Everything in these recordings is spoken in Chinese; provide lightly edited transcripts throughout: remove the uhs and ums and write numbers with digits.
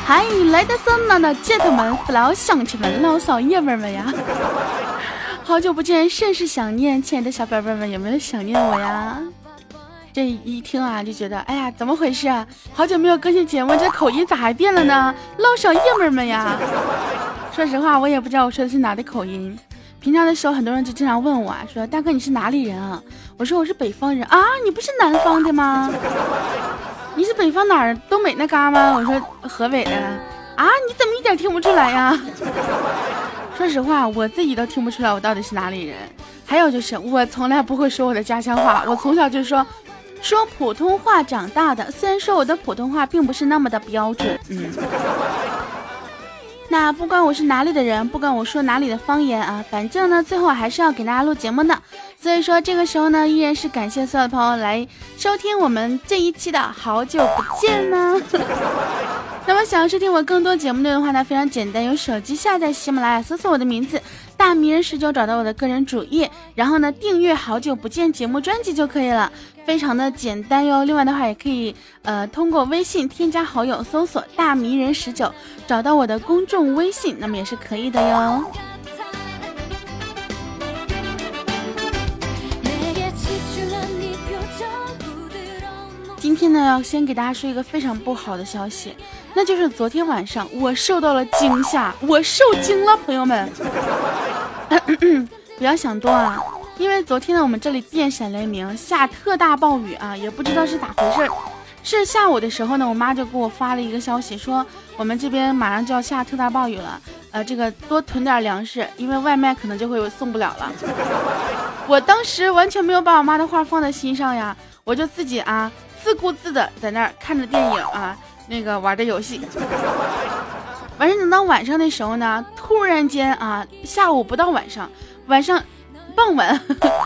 嗨，来的这么的姐头们、父老乡亲们、老少爷们们呀，好久不见，甚是想念。亲爱的小宝贝们，有没有想念我呀？这一听啊，就觉得哎呀，怎么回事啊？好久没有更新节目，这口音咋还变了呢？老少爷们们呀，说实话，我也不知道我说的是哪的口音。平常的时候，很多人就经常问我啊，说大哥你是哪里人啊？我说我是北方人啊，你不是南方的吗？你是北方哪儿？东北那嘎吗？我说河北的啊，你怎么一点听不出来呀？说实话，我自己都听不出来我到底是哪里人。还有就是，我从来不会说我的家乡话，我从小就说普通话长大的。虽然说我的普通话并不是那么的标准，那不管我是哪里的人，不管我说哪里的方言啊，反正呢，最后还是要给大家录节目的。所以说这个时候呢，依然是感谢所有的朋友来收听我们这一期的好久不见呢。那么想要收听我更多节目内容的话呢，非常简单，用手机下载喜马拉雅，搜索我的名字大迷人19，找到我的个人主页，然后呢订阅好久不见节目专辑就可以了，非常的简单哟。另外的话也可以通过微信添加好友，搜索大迷人19，找到我的公众微信，那么也是可以的哟。今天呢，要先给大家说一个非常不好的消息，那就是昨天晚上我受到了惊吓，我受惊了，朋友们。不要想多啊，因为昨天呢，我们这里电闪雷鸣，下特大暴雨啊，也不知道是咋回事。是下午的时候呢，我妈就给我发了一个消息，说我们这边马上就要下特大暴雨了，这个多囤点粮食，因为外卖可能就会送不了了。我当时完全没有把我妈的话放在心上呀，我就自己啊自顾自的在那儿看着电影啊，那个玩着游戏。完事等到晚上的时候呢，突然间啊，下午不到晚上傍晚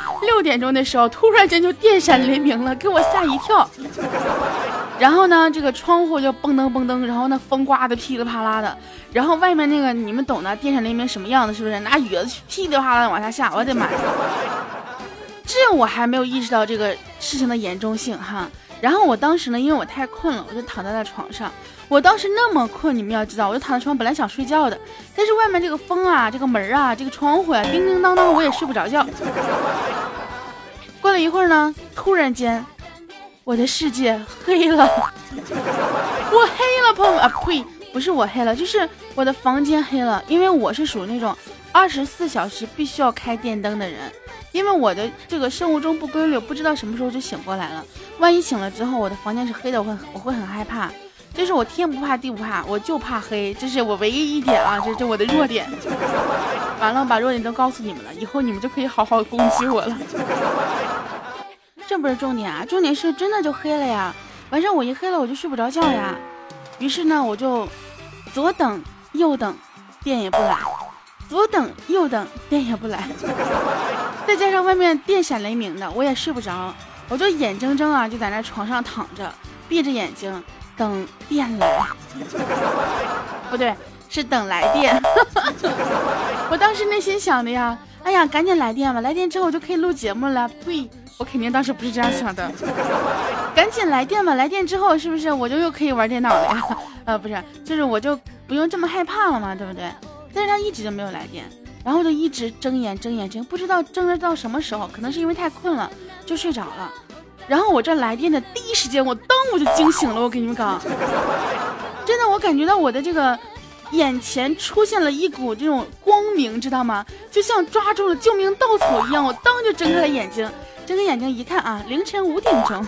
6点钟的时候，突然间就电闪雷鸣了，给我吓一跳。然后呢，这个窗户就蹦噔蹦噔，然后呢风刮的噼里啪啦的，然后外面那个你们懂的，电闪雷鸣什么样的，是不是？拿雨子噼里啪啦的往下下，我的妈呀！这我还没有意识到这个事情的严重性哈。然后我当时呢，因为我太困了，我就躺在了床上。我当时那么困，你们要知道，我就躺在床上，本来想睡觉的，但是外面这个风啊，这个门啊，这个窗户啊，叮叮当当，我也睡不着觉。过了一会儿呢，突然间我的世界黑了，我黑了，朋友们啊，呸，不是我黑了，就是我的房间黑了，因为我是属于那种24小时必须要开电灯的人。因为我的这个生物钟不规律，不知道什么时候就醒过来了。万一醒了之后我的房间是黑的，我会很害怕。就是我天不怕地不怕，我就怕黑，这是我唯一一点啊，这是我的弱点。完了，把弱点都告诉你们了，以后你们就可以好好攻击我了。这不是重点啊，重点是真的就黑了呀。晚上我一黑了我就睡不着觉呀。于是呢，我就左等右等，电也不来。左等右等，电也不来，再加上外面电闪雷鸣的，我也睡不着，我就眼睁睁啊就在那床上躺着，闭着眼睛等电来，不对，是等来电。我当时内心想的呀，哎呀，赶紧来电吧，来电之后我就可以录节目了。呸，我肯定当时不是这样想的。赶紧来电吧，来电之后是不是我就又可以玩电脑了呀？不是，就是我就不用这么害怕了嘛，对不对？但是他一直就没有来电，然后就一直睁眼，不知道睁着到什么时候，可能是因为太困了就睡着了。然后我这来电的第一时间，我就惊醒了。我跟你们讲，真的，我感觉到我的这个眼前出现了一股这种光明，知道吗？就像抓住了救命稻草一样，我就睁开了眼睛，睁开眼睛一看啊，凌晨5点钟。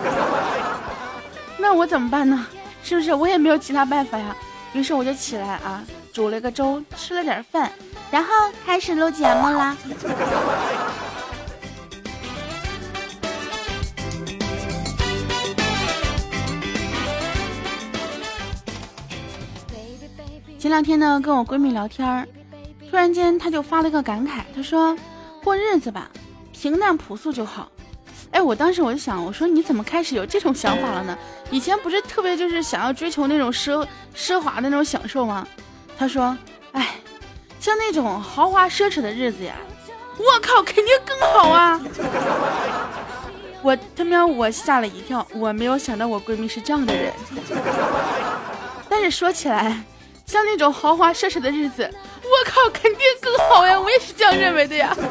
那我怎么办呢？是不是我也没有其他办法呀？于是我就起来啊，煮了个粥，吃了点饭，然后开始录节目啦。前2天呢，跟我闺蜜聊天，突然间她就发了个感慨，她说过日子吧，平淡朴素就好。哎，我当时我就想，我说你怎么开始有这种想法了呢？以前不是特别就是想要追求那种奢华的那种享受吗？他说，哎，像那种豪华奢侈的日子呀，我靠，肯定更好啊！我吓了一跳，我没有想到我闺蜜是这样的人。但是说起来，像那种豪华奢侈的日子，我靠，肯定更好呀！我也是这样认为的呀。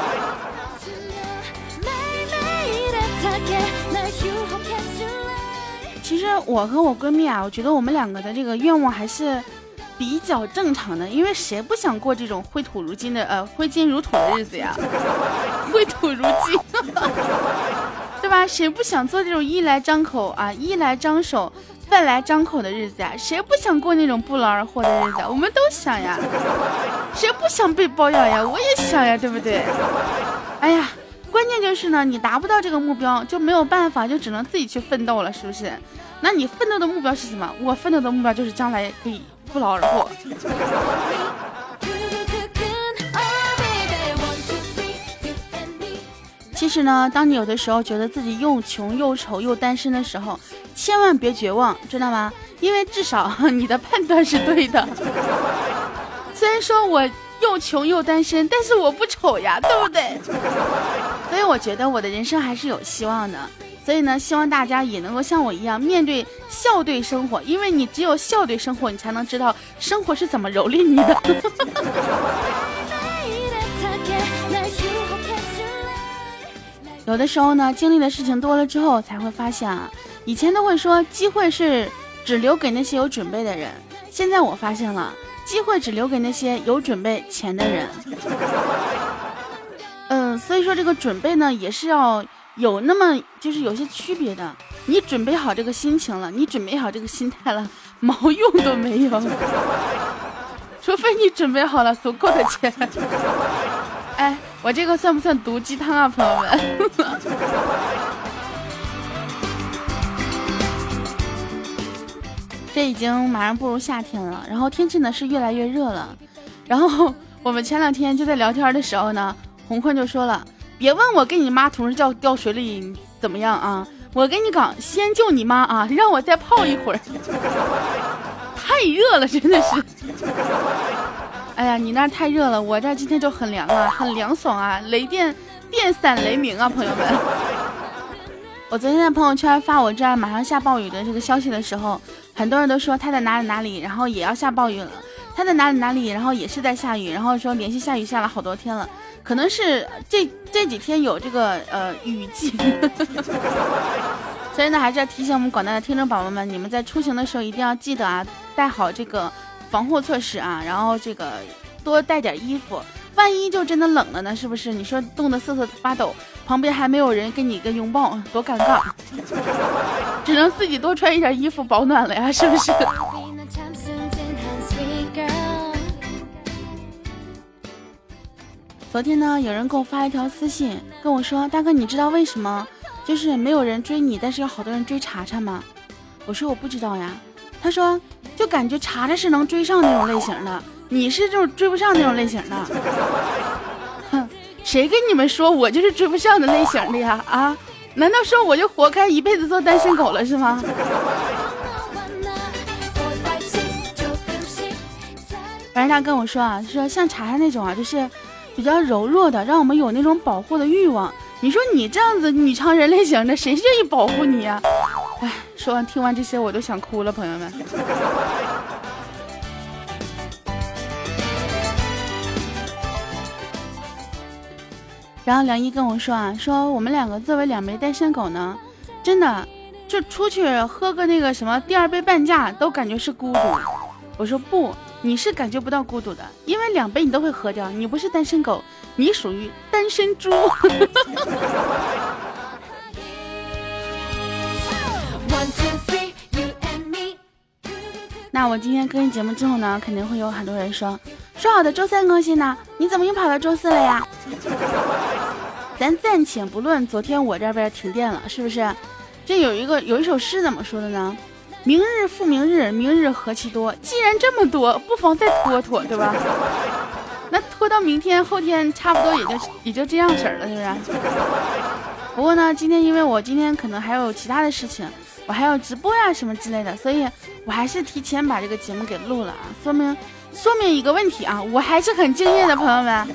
其实我和我闺蜜啊，我觉得我们两个的这个愿望还是比较正常的，因为谁不想过这种挥金如土的日子呀？挥土如金，对吧？谁不想做这种衣来张口啊，衣来张手，饭来张口的日子呀？谁不想过那种不劳而获的日子？我们都想呀。谁不想被包养呀？我也想呀，对不对？哎呀，关键就是呢，你达不到这个目标就没有办法，就只能自己去奋斗了，是不是？那你奋斗的目标是什么？我奋斗的目标就是将来可以不劳而获。其实呢，当你有的时候觉得自己又穷又丑又单身的时候，千万别绝望，知道吗？因为至少你的判断是对的。虽然说我又穷又单身，但是我不丑呀，对不对？所以我觉得我的人生还是有希望的。所以呢，希望大家也能够像我一样笑对生活，因为你只有笑对生活，你才能知道生活是怎么蹂躏你的。有的时候呢，经历的事情多了之后，才会发现啊，以前都会说机会是只留给那些有准备的人，现在我发现了，机会只留给那些有准备钱的人。所以说这个准备呢，也是要有那么就是有些区别的。你准备好这个心情了，你准备好这个心态了，毛用都没有。除非你准备好了足够的钱。哎，我这个算不算毒鸡汤啊，朋友们？这已经马上步入夏天了，然后天气呢是越来越热了。然后我们前2天就在聊天的时候呢，红坤就说了，别问我跟你妈同时掉水里怎么样啊，我跟你讲，先救你妈啊，让我再泡一会儿。太热了，真的是。哎呀，你那太热了，我这今天就很凉啊，很凉爽啊，电闪雷鸣啊，朋友们。我昨天在朋友圈发我这儿马上下暴雨的这个消息的时候，很多人都说他在哪里，然后也要下暴雨了，他在哪里，然后也是在下雨，然后说连续下雨下了好多天了，可能是这几天有这个雨季。所以呢，还是要提醒我们广大的听众宝宝们，你们在出行的时候一定要记得啊，带好这个防护措施啊，然后这个多带点衣服，万一就真的冷了呢，是不是？你说冻得瑟瑟发抖，旁边还没有人给你一个拥抱，多尴尬。只能自己多穿一点衣服保暖了呀，是不是？昨天呢，有人给我发了一条私信，跟我说，大哥，你知道为什么就是没有人追你，但是有好多人追查查吗？我说我不知道呀。他说就感觉查查是能追上那种类型的，你是就是追不上那种类型的。哼，谁跟你们说我就是追不上的类型的呀？啊，难道说我就活该一辈子做单身狗了是吗？反正他跟我说啊，说像查查那种啊，就是比较柔弱的，让我们有那种保护的欲望。你说你这样子女强人类型的，谁愿意保护你呀？哎，听完这些我都想哭了，朋友们。然后梁一跟我说啊，说我们两个作为2枚单身狗呢，真的就出去喝个那个什么第2杯半价都感觉是孤独。我说不，你是感觉不到孤独的，因为2杯你都会喝掉，你不是单身狗，你属于单身猪。那我今天更新节目之后呢，肯定会有很多人说好的周3更新呢，你怎么又跑到周4了呀？咱暂且不论昨天我这边停电了，是不是？这有一首诗怎么说的呢？明日复明日，明日何其多，既然这么多，不妨再拖拖，对吧？那拖到明天后天差不多也就这样式儿了，是不是？不过呢，因为我今天可能还有其他的事情，我还要直播呀什么之类的，所以我还是提前把这个节目给录了啊，说明一个问题啊，我还是很敬业的，朋友们。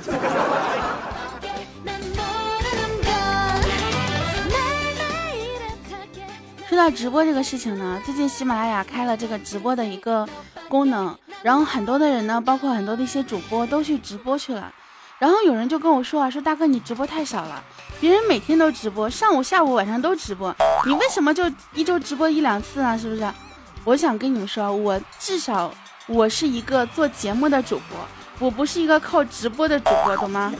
说到直播这个事情呢，最近喜马拉雅开了这个直播的一个功能，然后很多的人呢，包括很多的一些主播都去直播去了。然后有人就跟我说说大哥你直播太少了，别人每天都直播，上午下午晚上都直播，你为什么就一周直播1-2次啊？是不是？我想跟你们说，我至少我是一个做节目的主播，我不是一个靠直播的主播，懂吗？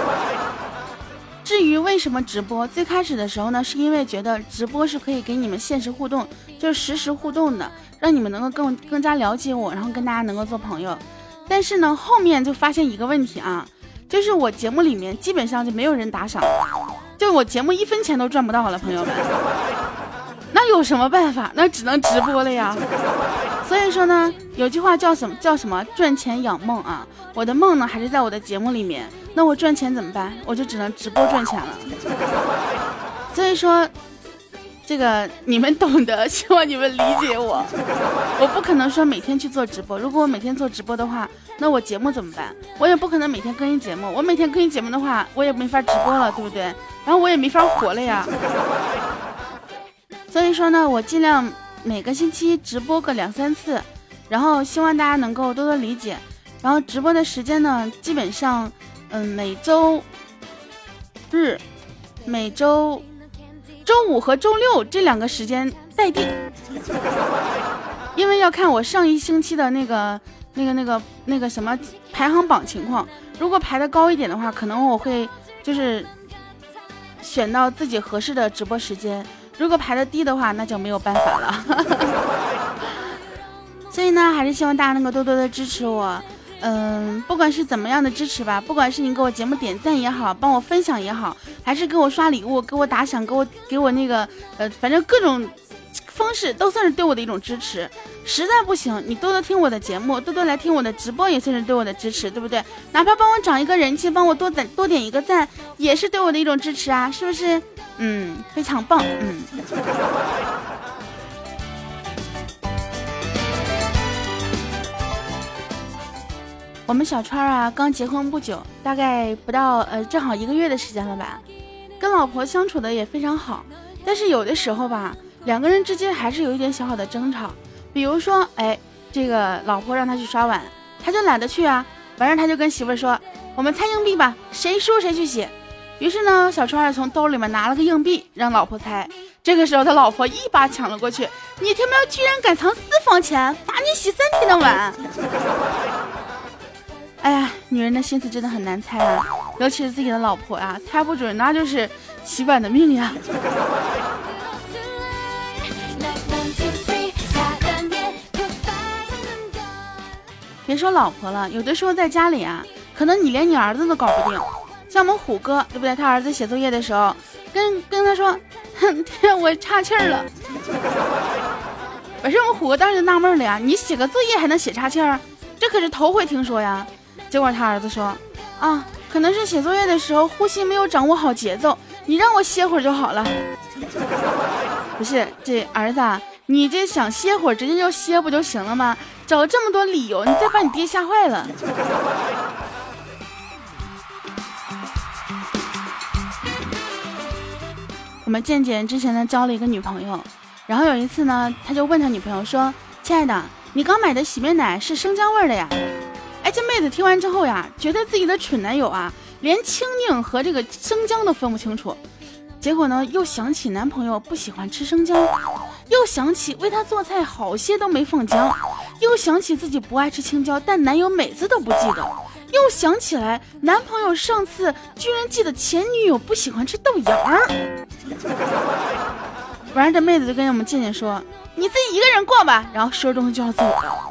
至于为什么直播，最开始的时候呢，是因为觉得直播是可以给你们现实互动，就是实时互动的，让你们能够更加了解我，然后跟大家能够做朋友。但是呢，后面就发现一个问题啊，就是我节目里面基本上就没有人打赏，就我节目1分钱都赚不到了，朋友们。那有什么办法？那只能直播了呀。所以说呢，有句话叫什么赚钱养梦啊，我的梦呢还是在我的节目里面，那我赚钱怎么办？我就只能直播赚钱了。所以说这个你们懂得，希望你们理解我。我不可能说每天去做直播，如果我每天做直播的话，那我节目怎么办？我也不可能每天更新节目，我每天更新节目的话，我也没法直播了，对不对？然后我也没法活了呀。所以说呢，我尽量每个星期直播个2-3次，然后希望大家能够多多理解。然后直播的时间呢，基本上每周日、周五和周六这2个时间待定，因为要看我上一星期的那个什么排行榜情况，如果排得高一点的话，可能我会就是选到自己合适的直播时间，如果排得低的话，那就没有办法了。所以呢，还是希望大家能够多多的支持我。不管是怎么样的支持吧，不管是你给我节目点赞也好，帮我分享也好，还是给我刷礼物，给我打赏，给我那个反正各种方式都算是对我的一种支持。实在不行，你多多听我的节目，多多来听我的直播，也算是对我的支持，对不对？哪怕帮我涨一个人气，帮我多点一个赞，也是对我的一种支持啊，是不是？非常棒。我们小川啊，刚结婚不久，大概不到正好1个月的时间了吧，跟老婆相处的也非常好，但是有的时候吧，2个人之间还是有一点小小的争吵。比如说这个老婆让他去刷碗，他就懒得去啊，完事他就跟媳妇说，我们猜硬币吧，谁输谁去洗。于是呢，小川从兜里面拿了个硬币让老婆猜，这个时候他老婆一把抢了过去，你他妈居然敢藏私房钱，罚你洗3天的碗。哎呀，女人的心思真的很难猜啊，尤其是自己的老婆啊，猜不准那就是洗碗的命呀。别说老婆了，有的时候在家里啊，可能你连你儿子都搞不定。像我们虎哥，对不对？他儿子写作业的时候，跟他说，天，我岔气儿了。本身我们虎哥当时就纳闷了呀，你写个作业还能写岔气儿？这可是头回听说呀。结果他儿子说，可能是写作业的时候呼吸没有掌握好节奏，你让我歇会儿就好了。不是，这儿子啊，你这想歇会儿直接就歇不就行了吗？找这么多理由，你再把你爹吓坏了。我们健健之前呢交了一个女朋友，然后有一次呢，他就问他女朋友说，亲爱的，你刚买的洗面奶是生姜味的呀？这妹子听完之后呀，觉得自己的蠢男友啊，连青柠和这个生姜都分不清楚。结果呢，又想起男朋友不喜欢吃生姜，又想起为他做菜好些都没放姜，又想起自己不爱吃青椒，但男友每次都不记得，又想起来男朋友上次居然记得前女友不喜欢吃豆芽儿。不然这妹子就跟我们健健说，你自己一个人过吧，然后收拾东西就要走了。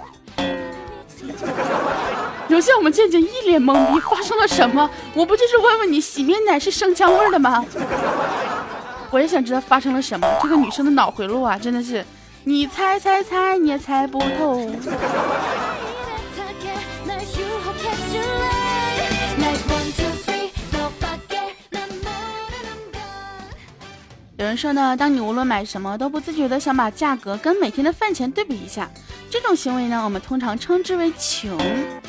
留下我们健健一脸懵逼，发生了什么？我不就是问问你洗面奶是生姜味的吗？我也想知道发生了什么。这个女生的脑回路啊，真的是你猜你也猜不透。有人说呢，当你无论买什么都不自觉的想把价格跟每天的饭钱对比一下，这种行为呢，我们通常称之为穷。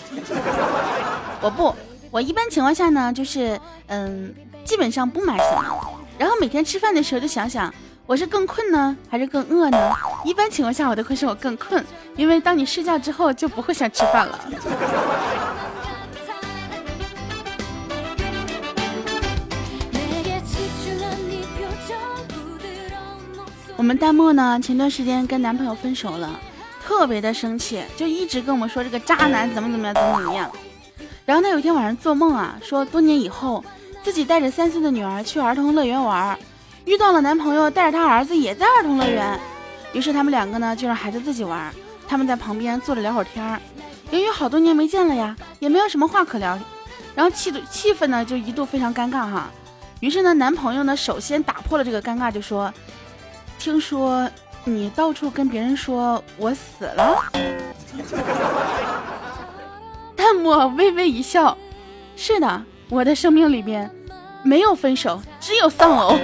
我一般情况下呢，就是基本上不买什么，然后每天吃饭的时候就想想， 我是更困呢，还是更饿呢？一般情况下我都会说我更困，因为当你睡觉之后就不会想吃饭了。我们弹幕呢，前段时间跟男朋友分手了，特别的生气，就一直跟我们说这个渣男怎么样。然后他有一天晚上做梦啊，说多年以后自己带着3岁的女儿去儿童乐园玩，遇到了男朋友带着他儿子也在儿童乐园，于是他们2个呢就让孩子自己玩，他们在旁边坐着聊会儿天。由于好多年没见了呀，也没有什么话可聊，然后气氛呢就一度非常尴尬哈。于是呢，男朋友呢首先打破了这个尴尬，就说：“听说你到处跟别人说我死了。”弹幕微微一笑，是的，我的生命里边没有分手，只有丧偶。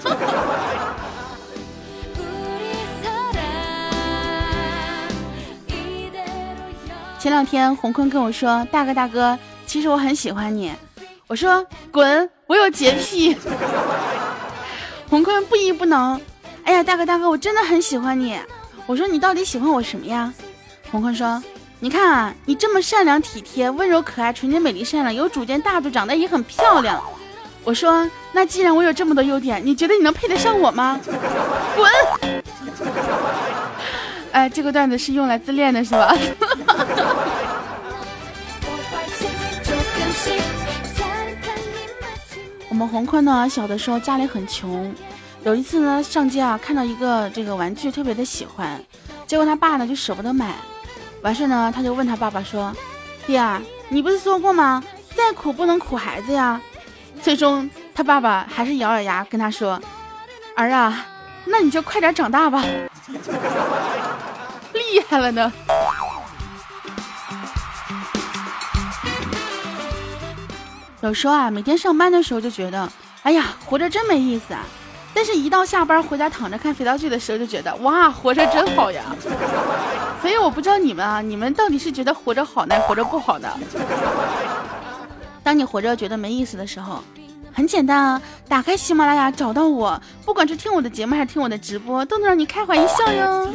前2天洪坤跟我说，大哥，其实我很喜欢你。我说滚，我有洁癖。洪坤不依不挠，哎呀，大哥，我真的很喜欢你。我说你到底喜欢我什么呀？洪坤说，你看啊，你这么善良体贴、温柔可爱、纯洁美丽善良、有主见、大度，长得也很漂亮。我说那既然我有这么多优点，你觉得你能配得上我吗？滚！哎，这个段子是用来自恋的是吧？我们洪坤呢，小的时候家里很穷，有一次呢上街啊，看到一个这个玩具特别的喜欢，结果他爸呢就舍不得买，完事呢他就问他爸爸说：“爹啊，你不是说过吗？再苦不能苦孩子呀。”最终他爸爸还是咬咬牙跟他说：“儿啊，那你就快点长大吧。”厉害了呢。有时候啊，每天上班的时候就觉得，哎呀，活着真没意思啊。但是一到下班回家躺着看肥皂剧的时候，就觉得哇，活着真好呀。所以我不知道你们啊，你们到底是觉得活着好呢，活着不好呢？当你活着觉得没意思的时候，很简单啊，打开喜马拉雅找到我，不管是听我的节目还是听我的直播，都能让你开怀一笑哟。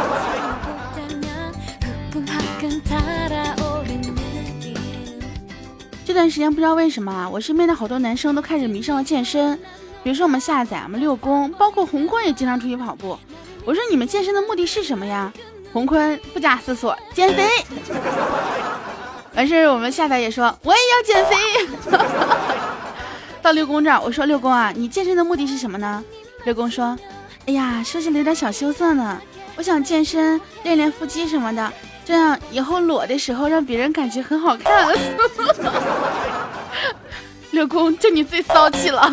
这段时间不知道为什么我身边的好多男生都开始迷上了健身，比如说我们下载，我们遛弓，包括洪坤也经常出去跑步。我说你们健身的目的是什么呀？洪坤不假思索，减肥。完事我们下载也说我也要减肥。到遛弓这儿，我说遛弓啊，你健身的目的是什么呢？遛弓说，哎呀，说起来有点小羞涩呢，我想健身练练腹肌什么的，这样以后裸的时候让别人感觉很好看。遛弓就你最骚气了。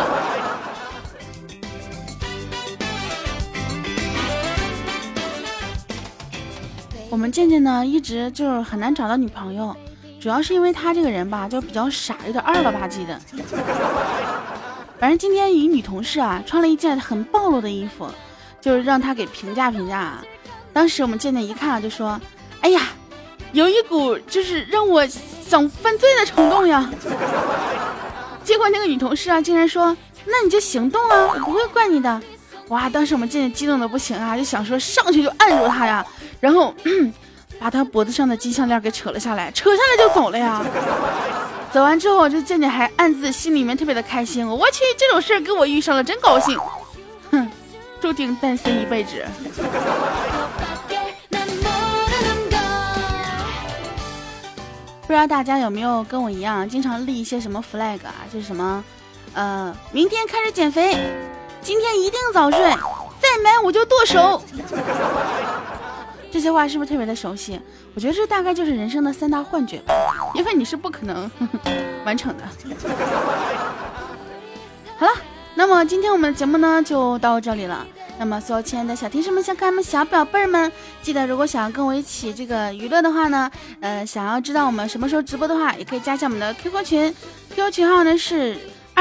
我们渐渐呢一直就是很难找到女朋友，主要是因为他这个人吧就比较傻，有点二了吧唧的。反正今天一女同事啊穿了一件很暴露的衣服，就是让他给评价啊。当时我们渐渐一看就说，哎呀，有一股就是让我想犯罪的冲动呀。结果那个女同事啊竟然说，那你就行动啊，我不会怪你的。哇，当时我们渐渐激动的不行啊，就想说上去就按住他呀，然后把他脖子上的金项链给扯了下来，扯下来就走了呀。走完之后，这渐渐还暗自心里面特别的开心，我去，这种事给我遇上了，真高兴。哼，注定单身一辈子。不知道大家有没有跟我一样，经常立一些什么 flag 啊，就是什么，明天开始减肥，今天一定早睡，再买我就剁手。这些话是不是特别的熟悉？我觉得这大概就是人生的3大幻觉吧，因为你是不可能完成的。好了，那么今天我们的节目呢就到这里了。那么所有亲爱的小天使们、小可爱们、小宝贝儿们，记得如果想要跟我一起这个娱乐的话呢，想要知道我们什么时候直播的话，也可以加下我们的 QQ 群，QQ 群号呢是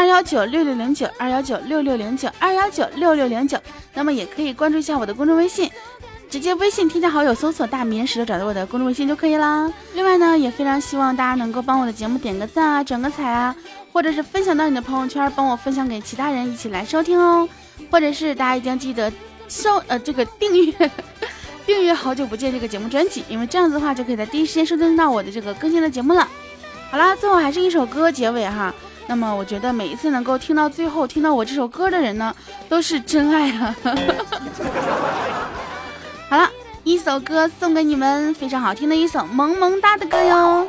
2196609，2196609，2196609。那么也可以关注一下我的公众微信，直接微信添加好友，搜索大迷人石头找到我的公众微信就可以啦。另外呢，也非常希望大家能够帮我的节目点个赞啊，转个彩啊，或者是分享到你的朋友圈，帮我分享给其他人一起来收听哦。 或者是大家一定记得这个订阅好久不见这个节目专辑，因为这样子的话就可以在第一时间收听到我的这个更新的节目了。好啦，最后还是一首歌结尾哈。那么我觉得每一次能够听到最后听到我这首歌的人呢，都是真爱啊。好了，一首歌送给你们，非常好听的一首萌萌哒的歌哟。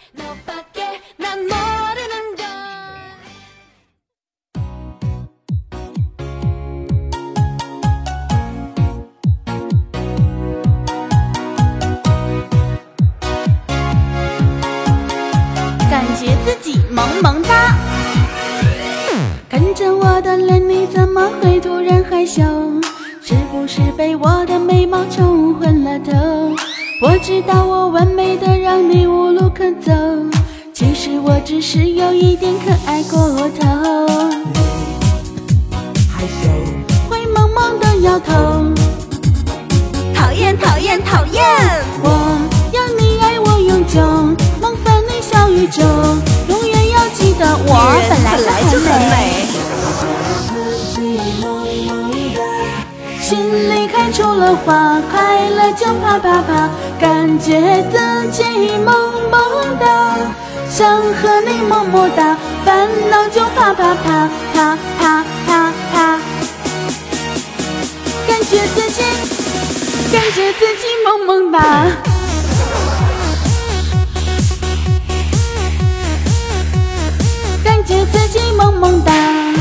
感觉自己萌萌哒，看着我的脸，你怎么会突然害羞？是不是被我的美貌冲昏了头？我知道我完美的让你无路可走，其实我只是有一点可爱过头。害羞，会萌萌的摇头，讨厌讨厌讨厌！我要你爱我永久，梦翻你小宇宙，永远要记得我本来就很美。心里开出了花，快乐就啪啪啪，感觉自己萌萌哒，想和你么么哒，烦恼就啪啪啪啪啪啪啪，感觉自己萌萌哒，感觉自己萌萌哒，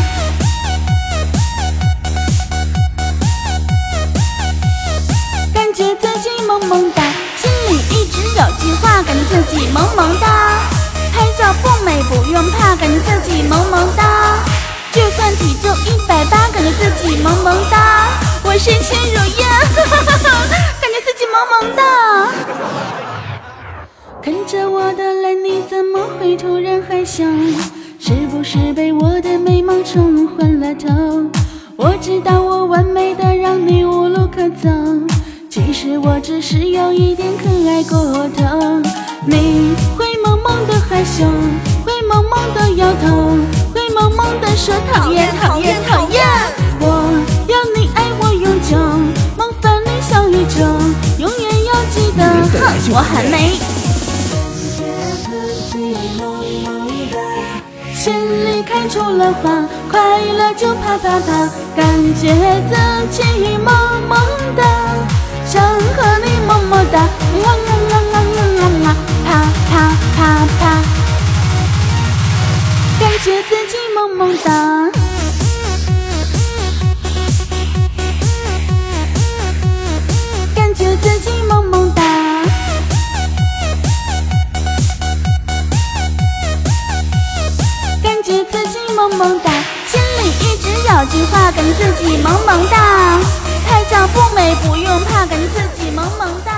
感觉自己萌萌哒，心里一直有句话，感觉自己萌萌哒，拍照不美不用怕，感觉自己萌萌哒，就算体重180，感觉自己萌萌哒，我身轻如燕，感觉自己萌萌哒。看着我的脸，你怎么会突然害羞？是不是被我的美貌冲昏了头？我知道我完美的让你无路可走，其实我只是有一点可爱过头。你会萌萌的害羞，会萌萌的摇头，会萌萌的说讨厌讨厌讨厌。我要你爱我永久，梦翻你小宇宙，永远要记得，哼，我很美。心里开出了花，快乐就啪啪啪，感觉自己萌萌哒，想和你么么哒，哇哇哇哇哇哇，啪啪啪啪，感觉自己萌萌哒，感觉自己萌萌哒，感觉自己萌萌哒，心里一直有句话，感觉自己萌萌哒，拍照不美不用怕，感觉自己萌萌哒。